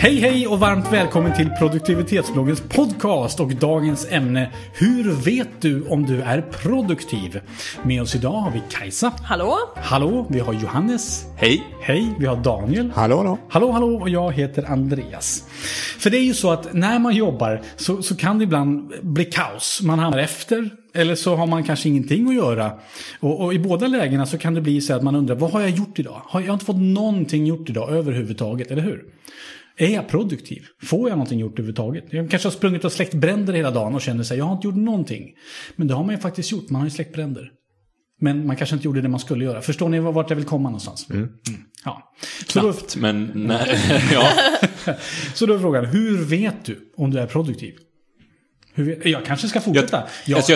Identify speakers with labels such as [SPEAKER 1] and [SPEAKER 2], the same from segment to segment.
[SPEAKER 1] Hej och varmt välkommen till produktivitetsbloggens podcast och dagens ämne: hur vet du om du är produktiv? Med oss idag har vi Kajsa. Hallå, vi har Johannes. Hej, vi har Daniel. Hallå, och jag heter Andreas. För det är ju så att när man jobbar så kan det ibland bli kaos. Man hamnar efter, eller så har man kanske ingenting att göra. Och i båda lägena så kan det bli så att man undrar, vad har jag gjort idag? Jag har inte fått någonting gjort idag överhuvudtaget, eller hur? Är jag produktiv? Får jag någonting gjort överhuvudtaget? Jag kanske har sprungit och släckt bränder hela dagen och känner sig, jag har inte gjort någonting. Men det har man ju faktiskt gjort, man har ju släckt bränder. Men man kanske inte gjorde det man skulle göra. Förstår ni vart jag vill komma någonstans? Ja.
[SPEAKER 2] Knappt, men nej. Ja.
[SPEAKER 1] Så då är frågan, hur vet du om du är produktiv? Jag kanske ska fortsätta.
[SPEAKER 2] Jag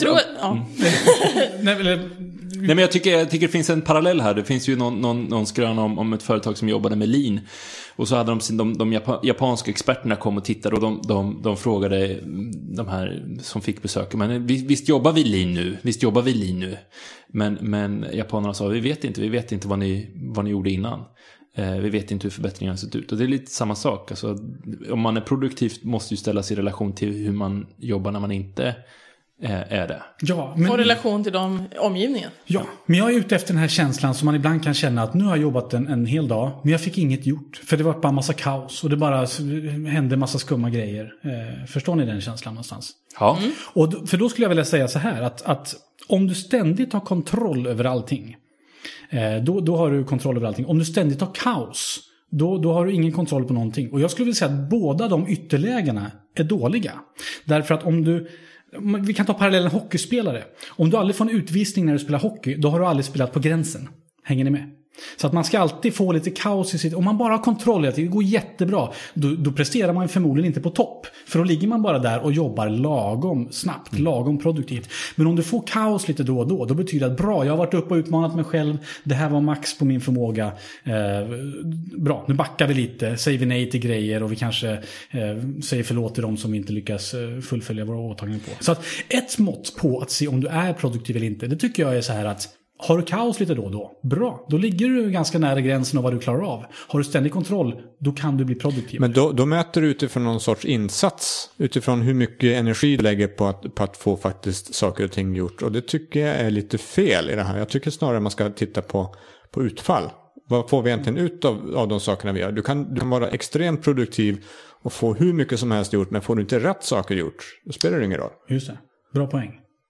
[SPEAKER 2] tycker det finns en parallell här. Det finns ju någon skrön om ett företag som jobbade med lean. Och så hade de japanska experterna kom och tittade, och de frågade de här som fick besök, men visst jobbar vi lean nu? Men japanerna sa, vi vet inte vad ni gjorde innan. Vi vet inte hur förbättringarna sett ut. Och det är lite samma sak. Alltså, om man är produktiv måste ju ställas i relation till hur man jobbar när man inte är det.
[SPEAKER 3] Ja, och relation till omgivningen.
[SPEAKER 1] Ja, men jag är ute efter den här känslan som man ibland kan känna att nu har jag jobbat en hel dag, men jag fick inget gjort. För det var bara massa kaos och det bara hände massa skumma grejer. Förstår ni den känslan någonstans?
[SPEAKER 2] Ja.
[SPEAKER 1] Och för då skulle jag vilja säga så här, att om du ständigt har kontroll över allting, då har du kontroll över allting. Om du ständigt har kaos, då har du ingen kontroll på någonting. Och jag skulle vilja säga att båda de ytterlägena är dåliga. Därför att vi kan ta parallellen hockeyspelare. Om du aldrig får en utvisning när du spelar hockey, då har du aldrig spelat på gränsen. Hänger ni med? Så att man ska alltid få lite kaos i sitt... Om man bara har kontroll, det går jättebra. Då presterar man förmodligen inte på topp. För då ligger man bara där och jobbar lagom snabbt, lagom produktivt. Men om du får kaos lite då och då betyder det att bra, jag har varit uppe och utmanat mig själv. Det här var max på min förmåga. Bra, nu backar vi lite. Säger vi nej till grejer och vi kanske säger förlåt till dem som inte lyckas fullfölja våra åtaganden på. Så att ett mått på att se om du är produktiv eller inte, det tycker jag är så här att har du kaos lite då och då? Bra, då ligger du ganska nära gränsen av vad du klarar av. Har du ständig kontroll, då kan du bli produktiv.
[SPEAKER 4] Men då mäter du utifrån någon sorts insats. Utifrån hur mycket energi du lägger på att få faktiskt saker och ting gjort. Och det tycker jag är lite fel i det här. Jag tycker snarare man ska titta på utfall. Vad får vi egentligen ut av de sakerna vi gör? Du kan vara extremt produktiv och få hur mycket som helst gjort. Men får du inte rätt saker gjort, då spelar det ingen roll.
[SPEAKER 1] Just det, bra poäng.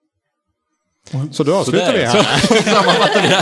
[SPEAKER 4] Så då avslutar vi här.
[SPEAKER 2] Sammanfattar vi det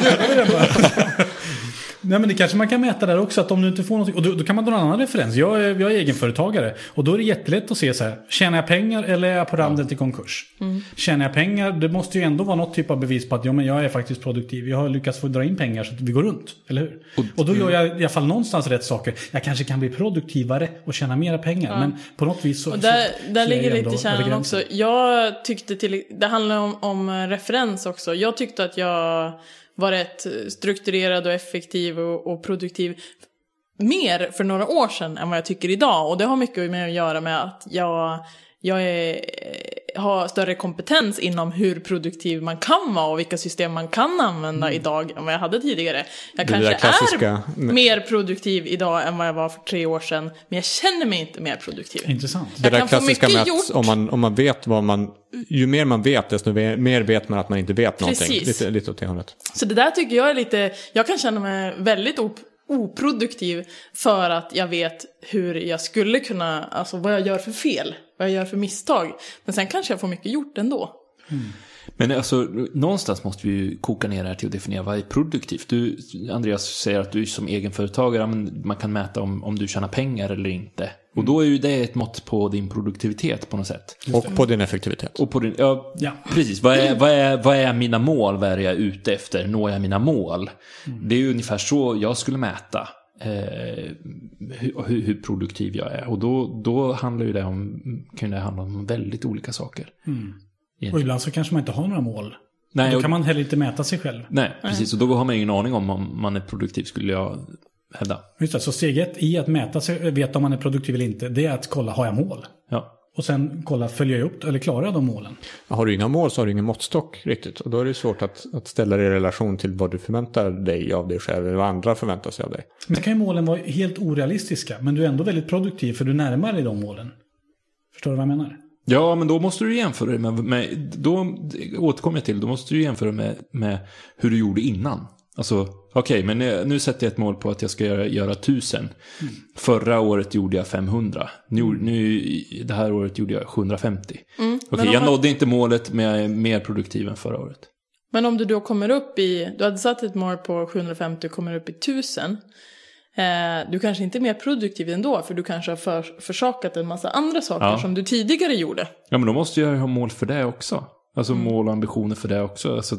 [SPEAKER 2] här då.
[SPEAKER 1] Nej, men det kanske man kan mäta där också, att om du inte får någonting, och då kan man dra en annan referens. Jag är egenföretagare och då är det jättelätt att se så här, tjänar jag pengar eller är jag på randen till konkurs? Tjänar jag pengar, det måste ju ändå vara något typ av bevis på att men jag är faktiskt produktiv. Jag har lyckats få dra in pengar så att vi går runt, eller hur? Och då gör jag i alla fall någonstans rätt saker. Jag kanske kan bli produktivare och tjäna mera pengar, men på något vis så...
[SPEAKER 3] Och där ligger lite kärnan också. Jag tyckte det handlar om referens också. Jag tyckte att jag var rätt strukturerad och effektiv och produktiv mer för några år sedan än vad jag tycker idag. Och det har mycket med att göra med att jag har större kompetens inom hur produktiv man kan vara och vilka system man kan använda idag än vad jag hade tidigare. Jag kanske är mer produktiv idag än vad jag var för 3 år sedan, men jag känner mig inte mer produktiv.
[SPEAKER 1] Intressant.
[SPEAKER 4] Det där klassiska med att om man vet vad man... Ju mer man vet, desto mer vet man att man inte vet någonting. Lite åt det hållet.
[SPEAKER 3] Så det där tycker jag är lite... Jag kan känna mig väldigt oproduktiv för att jag vet hur jag skulle kunna... Alltså vad jag gör för fel. Vad jag gör för misstag. Men sen kanske jag får mycket gjort ändå.
[SPEAKER 2] Men alltså, någonstans måste vi ju koka ner det här till att definiera vad är produktivt. Du, Andreas, säger att du som egenföretagare, man kan mäta om du tjänar pengar eller inte. Och då är ju det ett mått på din produktivitet på något sätt.
[SPEAKER 4] Och på din effektivitet.
[SPEAKER 2] Och på din, ja, precis. Vad är mina mål? Vad är jag ute efter? Når jag mina mål? Det är ju ungefär så jag skulle mäta hur produktiv jag är. Och då handlar ju kan det handla om väldigt olika saker.
[SPEAKER 1] Och ibland så kanske man inte har några mål.
[SPEAKER 2] Nej,
[SPEAKER 1] då kan man heller inte mäta sig själv.
[SPEAKER 2] Nej, precis. Och då har man ingen aning om man är produktiv, skulle jag hävda.
[SPEAKER 1] Just det, så steg 1 i att mäta sig, veta om man är produktiv eller inte, det är att kolla, har jag mål?
[SPEAKER 2] Ja.
[SPEAKER 1] Och sen följer jag upp eller klarar jag de målen?
[SPEAKER 4] Har du inga mål så har du ingen måttstock riktigt. Och då är det svårt att ställa det i relation till vad du förväntar dig av dig själv eller vad andra förväntar sig av dig.
[SPEAKER 1] Men kan ju målen vara helt orealistiska, men du är ändå väldigt produktiv för du närmar dig de målen. Förstår du vad jag menar?
[SPEAKER 2] Ja, men då måste du jämföra det med då återkommer jag till, då måste du jämföra med hur du gjorde innan. Alltså, okej, men nu sätter jag ett mål på att jag ska göra 1000. Förra året gjorde jag 500. Nu det här året gjorde jag 750. Okej, jag nådde inte målet, men jag är mer produktiv än förra året.
[SPEAKER 3] Men om du då kommer upp i, du hade satt ett mål på 750 och kommer upp i 1000. Du kanske inte är mer produktiv ändå, för du kanske har försakat en massa andra saker som du tidigare gjorde.
[SPEAKER 2] Ja, men då måste jag ha mål för det också. Alltså mål och ambitioner för det också. Alltså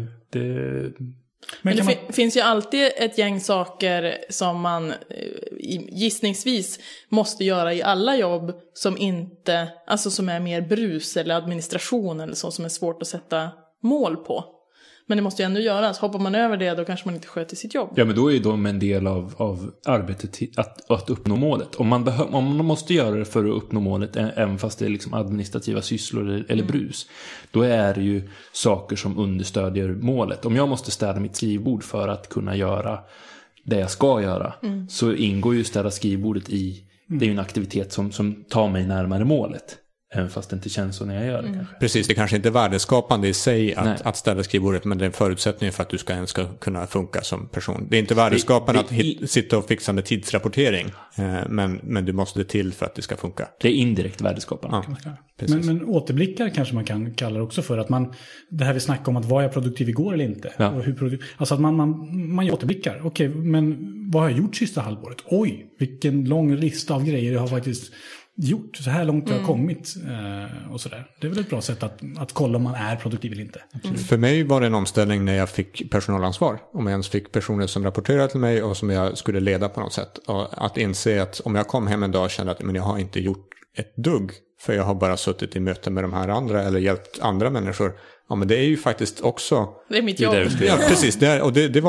[SPEAKER 3] Men det finns ju alltid ett gäng saker som man gissningsvis måste göra i alla jobb som inte, alltså som är mer brus eller administration eller så, som är svårt att sätta mål på. Men det måste ju ändå göras. Hoppar man över det, då kanske man inte sköter sitt jobb. Ja,
[SPEAKER 2] men då är ju de en del av arbetet att uppnå målet. Om man måste göra det för att uppnå målet, även fast det är liksom administrativa sysslor eller brus, då är det ju saker som understödjer målet. Om jag måste städa mitt skrivbord för att kunna göra det jag ska göra, så ingår ju städa skrivbordet i, det är ju en aktivitet som tar mig närmare målet. Även fast det inte känns så när jag gör det kanske.
[SPEAKER 4] Precis, det kanske inte är värdeskapande i sig att ställa skrivbordet, men det är en förutsättning för att du ens ska kunna funka som person. Det är inte värdeskapande att sitta och fixa med tidsrapportering, men du måste det till för att det ska funka.
[SPEAKER 2] Det är indirekt värdeskapande.
[SPEAKER 1] Ja, men återblickar kanske man kan kalla det också för att det här vi snackade om att var jag produktiv igår eller inte. Ja. Och alltså att man gör återblickar. Okej, men vad har jag gjort sista halvåret? Oj, vilken lång lista av grejer jag har faktiskt gjort, så här långt jag har kommit och sådär. Det är väl ett bra sätt att kolla om man är produktiv eller inte.
[SPEAKER 4] För mig var det en omställning när jag fick personalansvar. Om jag ens fick personer som rapporterade till mig och som jag skulle leda på något sätt. Och att inse att om jag kom hem en dag och kände att men jag har inte gjort ett dugg, för jag har bara suttit i möten med de här andra eller hjälpt andra människor. Ja, men det är ju faktiskt också...
[SPEAKER 3] Det är mitt jobb.
[SPEAKER 4] Ja, precis. Det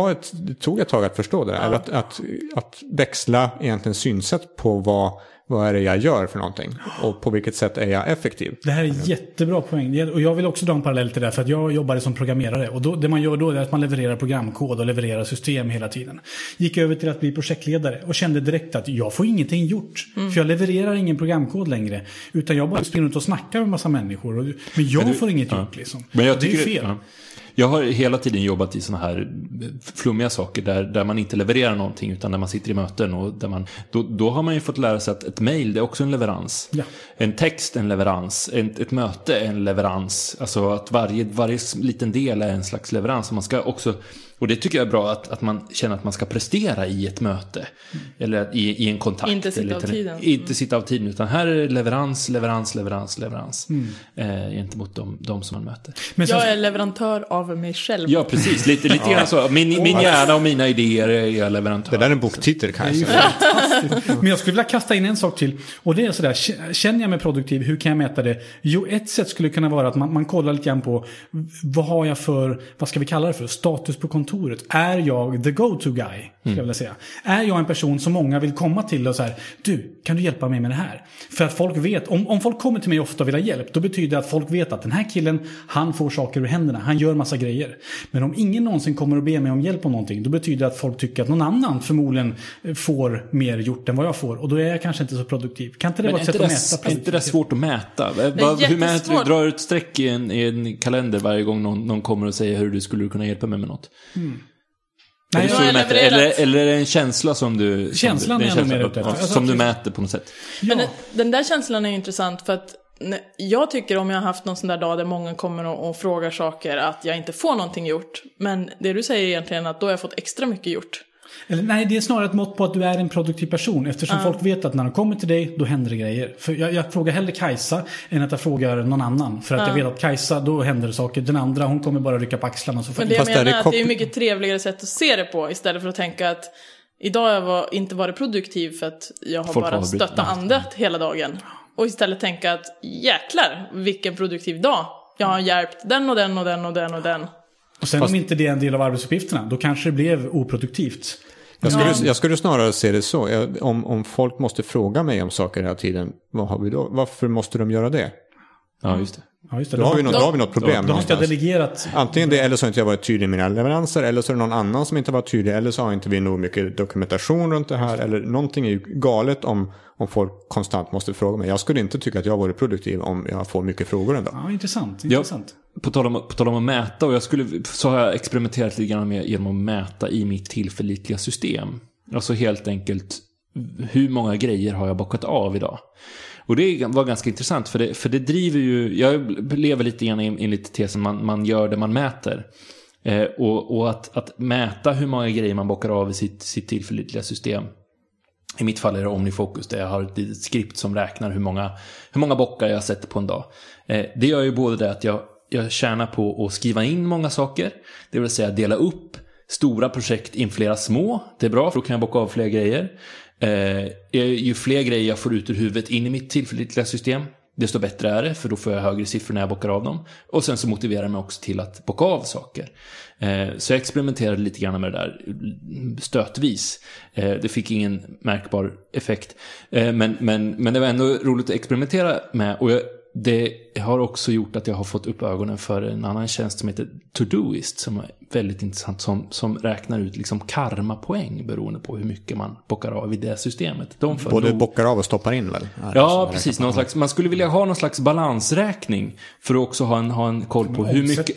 [SPEAKER 4] tog ett tag att förstå det. Ja. Att växla egentligen synsätt på vad är det jag gör för någonting? Och på vilket sätt är jag effektiv?
[SPEAKER 1] Det här är jättebra poäng. Och jag vill också dra en parallell till det, för att jag jobbade som programmerare. Och det man gör då är att man levererar programkod och levererar system hela tiden. Gick över till att bli projektledare och kände direkt att jag får ingenting gjort. För jag levererar ingen programkod längre. Utan jag bara springer ut och snackar med en massa människor. Men jag får inget gjort liksom. Men det är fel. Ja.
[SPEAKER 2] Jag har hela tiden jobbat i såna här flummiga saker där man inte levererar någonting, utan där man sitter i möten och där då har man ju fått lära sig att ett mejl, det är också en leverans. Ja. En text en leverans, ett möte en leverans. Alltså att varje liten del är en slags leverans. Man ska också, och det tycker jag är bra, att man känner att man ska prestera i ett möte eller i en kontakt.
[SPEAKER 3] Inte sitta av tiden.
[SPEAKER 2] Inte sitta av tiden, utan här är det leverans. Gentemot de som man möter. Men
[SPEAKER 3] jag är leverantör av mig själv.
[SPEAKER 2] Ja, precis. Lite grann så. Min hjärna och mina idéer är jag leverantör.
[SPEAKER 4] Det där är en boktitel kanske.
[SPEAKER 1] Men jag skulle vilja kasta in en sak till. Och det är sådär, känner jag mig produktiv, hur kan jag mäta det? Jo, ett sätt skulle kunna vara att man kollar lite grann på vad har jag för, vad ska vi kalla det för, status på kontoret. Är jag the go-to guy, ska jag vilja säga. Är jag en person som många vill komma till och så här, du, kan du hjälpa mig med det här? För att folk vet, om folk kommer till mig ofta och vill ha hjälp, då betyder det att folk vet att den här killen, han får saker ur händerna, han gör massa grejer. Men om ingen någonsin kommer att be mig om hjälp om någonting, då betyder det att folk tycker att någon annan förmodligen får mer gjort än vad jag får. Och då är jag kanske inte så produktiv. Kan inte det vara ett sätt att mäta produktivitet?
[SPEAKER 2] Är inte det svårt att mäta? Hur mäter du? Drar du ett streck i en kalender varje gång någon kommer och säger hur du skulle kunna hjälpa mig med något? Nej, eller är det en känsla som du...
[SPEAKER 1] Känslan är mer ute efter.
[SPEAKER 2] Som du mäter på något sätt.
[SPEAKER 3] Ja. Men den där känslan är intressant, för att jag tycker, om jag har haft någon sån där dag där många kommer och frågar saker, att jag inte får någonting gjort. Men det du säger egentligen att då har jag fått extra mycket gjort.
[SPEAKER 1] Eller, nej, det är snarare ett mått på att du är en produktiv person. Eftersom folk vet att när de kommer till dig, då händer det grejer. För jag frågar hellre Kajsa än att jag frågar någon annan. För att jag vet att Kajsa, då händer det saker. Den andra, hon kommer bara rycka på axlarna. Så
[SPEAKER 3] men det jag menar är att det är mycket trevligare sätt att se det på. Istället för att tänka att idag har jag inte varit produktiv för att jag har bara stöttat andra hela dagen. Och istället tänka att jäklar, vilken produktiv dag. Jag har hjälpt den och den och den och den och den.
[SPEAKER 1] Och sen om inte det är en del av arbetsuppgifterna, då kanske det blev oproduktivt.
[SPEAKER 4] Jag skulle snarare se det så. Om folk måste fråga mig om saker hela tiden, vad har vi då? Varför måste de göra det?
[SPEAKER 2] Ja, just det.
[SPEAKER 1] Ja, just det.
[SPEAKER 4] Då har vi något problem.
[SPEAKER 1] Då har inte delegerat.
[SPEAKER 4] Antingen det, eller så har inte jag varit tydlig i mina leveranser, eller så är det någon annan som inte var tydlig, eller så har inte vi nog mycket dokumentation runt det här, eller någonting är ju galet om folk konstant måste fråga mig. Jag skulle inte tycka att jag var produktiv om jag får mycket frågor ändå.
[SPEAKER 1] Ja, intressant.
[SPEAKER 2] På tal om att mäta, och så har jag experimenterat lite grann med genom att mäta i mitt tillförlitliga system. Alltså helt enkelt, hur många grejer har jag bockat av idag? Och det var ganska intressant, för det driver ju, jag lever lite grann enligt tesen man gör det man mäter. Och att mäta hur många grejer man bockar av i sitt tillförlitliga system. I mitt fall är det OmniFocus, där jag har ett litet skript som räknar hur många bockar jag sätter på en dag. Det gör ju både det att jag tjänar på att skriva in många saker, det vill säga dela upp stora projekt in flera små. Det är bra, för då kan jag bocka av fler grejer. Ju fler grejer jag får ut ur huvudet in i mitt tillförlitliga system, desto bättre är det, för då får jag högre siffror när jag bockar av dem. Och sen så motiverar det mig också till att bocka av saker. Så jag experimenterade lite grann med det där stötvis. Det fick ingen märkbar effekt. Men det var ändå roligt att experimentera med. Och det har också gjort att jag har fått upp ögonen för en annan tjänst som heter Todoist, som är väldigt intressant, som räknar ut liksom karmapoäng beroende på hur mycket man bockar av i det systemet.
[SPEAKER 4] Både bockar av och stoppar in väl?
[SPEAKER 2] Ja, precis. Man skulle vilja ha någon slags balansräkning för att också ha en koll på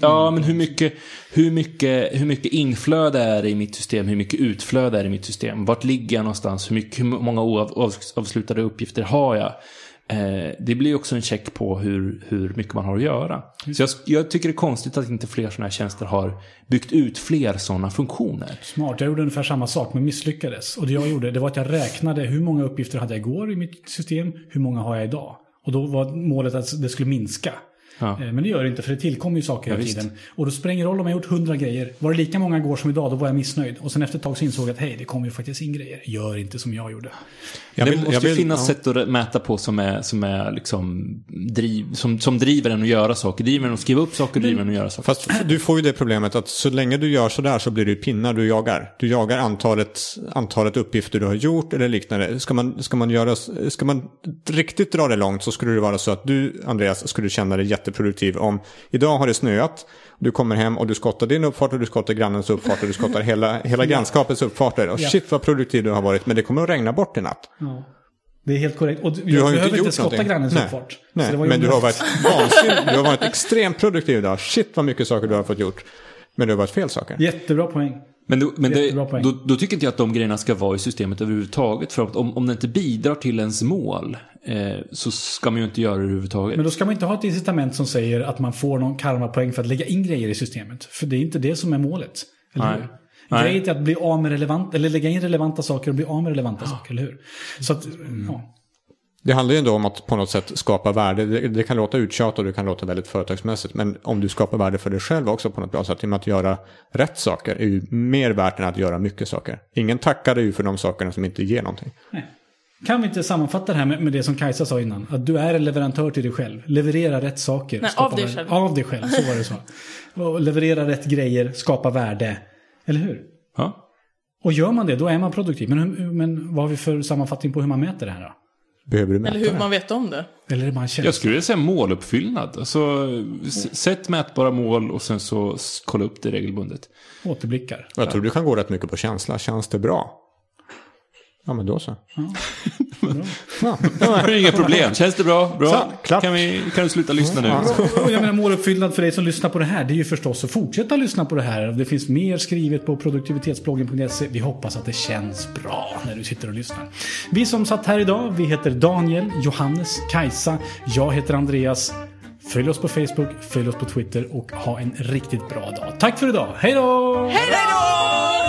[SPEAKER 2] hur mycket inflöde är i mitt system, hur mycket utflöde är i mitt system. Vart ligger jag någonstans? Hur många oavslutade uppgifter har jag? Det blir också en check på hur mycket man har att göra. Så jag tycker det är konstigt att inte fler sådana här tjänster har byggt ut fler sådana funktioner.
[SPEAKER 1] Smart, jag gjorde ungefär samma sak men misslyckades. Och det jag gjorde, det var att jag räknade hur många uppgifter hade jag igår i mitt system, hur många har jag idag. Och då var målet att det skulle minska. Ja. Men det gör det inte, för det tillkommer ju saker hela tiden. Och då spelar ingen roll om jag gjort 100 grejer. Var det lika många igår som idag, då var jag missnöjd. Och sen efter ett tag så insåg jag att hej, det kommer ju faktiskt in grejer. Gör inte som jag gjorde.
[SPEAKER 2] Det måste finnas sätt att mäta på som är liksom som driver en att göra saker. Driver en att skriva upp saker, driver en att göra saker.
[SPEAKER 4] Fast du får ju det problemet att så länge du gör sådär så blir det ju pinnar du jagar. Du jagar antalet uppgifter du har gjort eller liknande. Ska man riktigt dra det långt så skulle det vara så att du, Andreas, skulle känna dig jätteproduktiv om idag har det snöat, du kommer hem och du skottar din uppfart och du skottar grannens uppfart och du skottar hela grannskapets uppfarter. Och shit vad produktiv du har varit, men det kommer att regna bort i natt. Ja.
[SPEAKER 1] Det är helt korrekt. Och
[SPEAKER 4] du har
[SPEAKER 1] behöver inte skotta grannens uppfart.
[SPEAKER 4] Nej, men du har varit vansinnigt, du har varit extremt produktiv idag. Shit vad mycket saker du har fått gjort. Men det har varit fel saker.
[SPEAKER 1] Jättebra poäng.
[SPEAKER 2] Men då tycker inte jag att de grejerna ska vara i systemet överhuvudtaget. För att om det inte bidrar till ens mål så ska man ju inte göra det överhuvudtaget.
[SPEAKER 1] Men då ska man inte ha ett incitament som säger att man får någon karmapoäng för att lägga in grejer i systemet. För det är inte det som är målet. Eller hur? Grejen är att bli av med eller lägga in relevanta saker och bli av med relevanta saker, eller hur? Så att,
[SPEAKER 4] Det handlar ju ändå om att på något sätt skapa värde. Det kan låta uttjat och det kan låta väldigt företagsmässigt. Men om du skapar värde för dig själv också på något bra sätt. Med att göra rätt saker är ju mer värt än att göra mycket saker. Ingen tackar dig ju för de sakerna som inte ger någonting.
[SPEAKER 1] Nej. Kan vi inte sammanfatta det här med det som Kajsa sa innan? Att du är en leverantör till dig själv. Leverera rätt saker.
[SPEAKER 3] Nej, av dig själv.
[SPEAKER 1] Av dig själv, så var det så. Och leverera rätt grejer, skapa värde. Eller hur?
[SPEAKER 2] Ja.
[SPEAKER 1] Och gör man det, då är man produktiv. Men vad har vi för sammanfattning på hur man mäter det här då?
[SPEAKER 4] Behöver du mäta
[SPEAKER 3] eller hur man vet om det?
[SPEAKER 1] Eller är man känsla?
[SPEAKER 2] Jag skulle säga måluppfyllnad. Alltså, sätt mätbara mål och sen så kolla upp det regelbundet.
[SPEAKER 1] Återblickar.
[SPEAKER 4] Jag tror du kan gå rätt mycket på känsla. Känns det bra? Ja, men då så.
[SPEAKER 2] Ja. Det är inga problem. Känns det bra? Bra.
[SPEAKER 4] Så,
[SPEAKER 2] kan du sluta lyssna nu?
[SPEAKER 1] Och jag menar, måluppfyllnad för dig som lyssnar på det här, det är ju förstås att fortsätta lyssna på det här. Det finns mer skrivet på produktivitetsbloggen.se. Vi hoppas att det känns bra när du sitter och lyssnar. Vi som satt här idag, vi heter Daniel, Johannes, Kajsa. Jag heter Andreas. Följ oss på Facebook, följ oss på Twitter och ha en riktigt bra dag. Tack för idag. Hej då!
[SPEAKER 3] Hej då!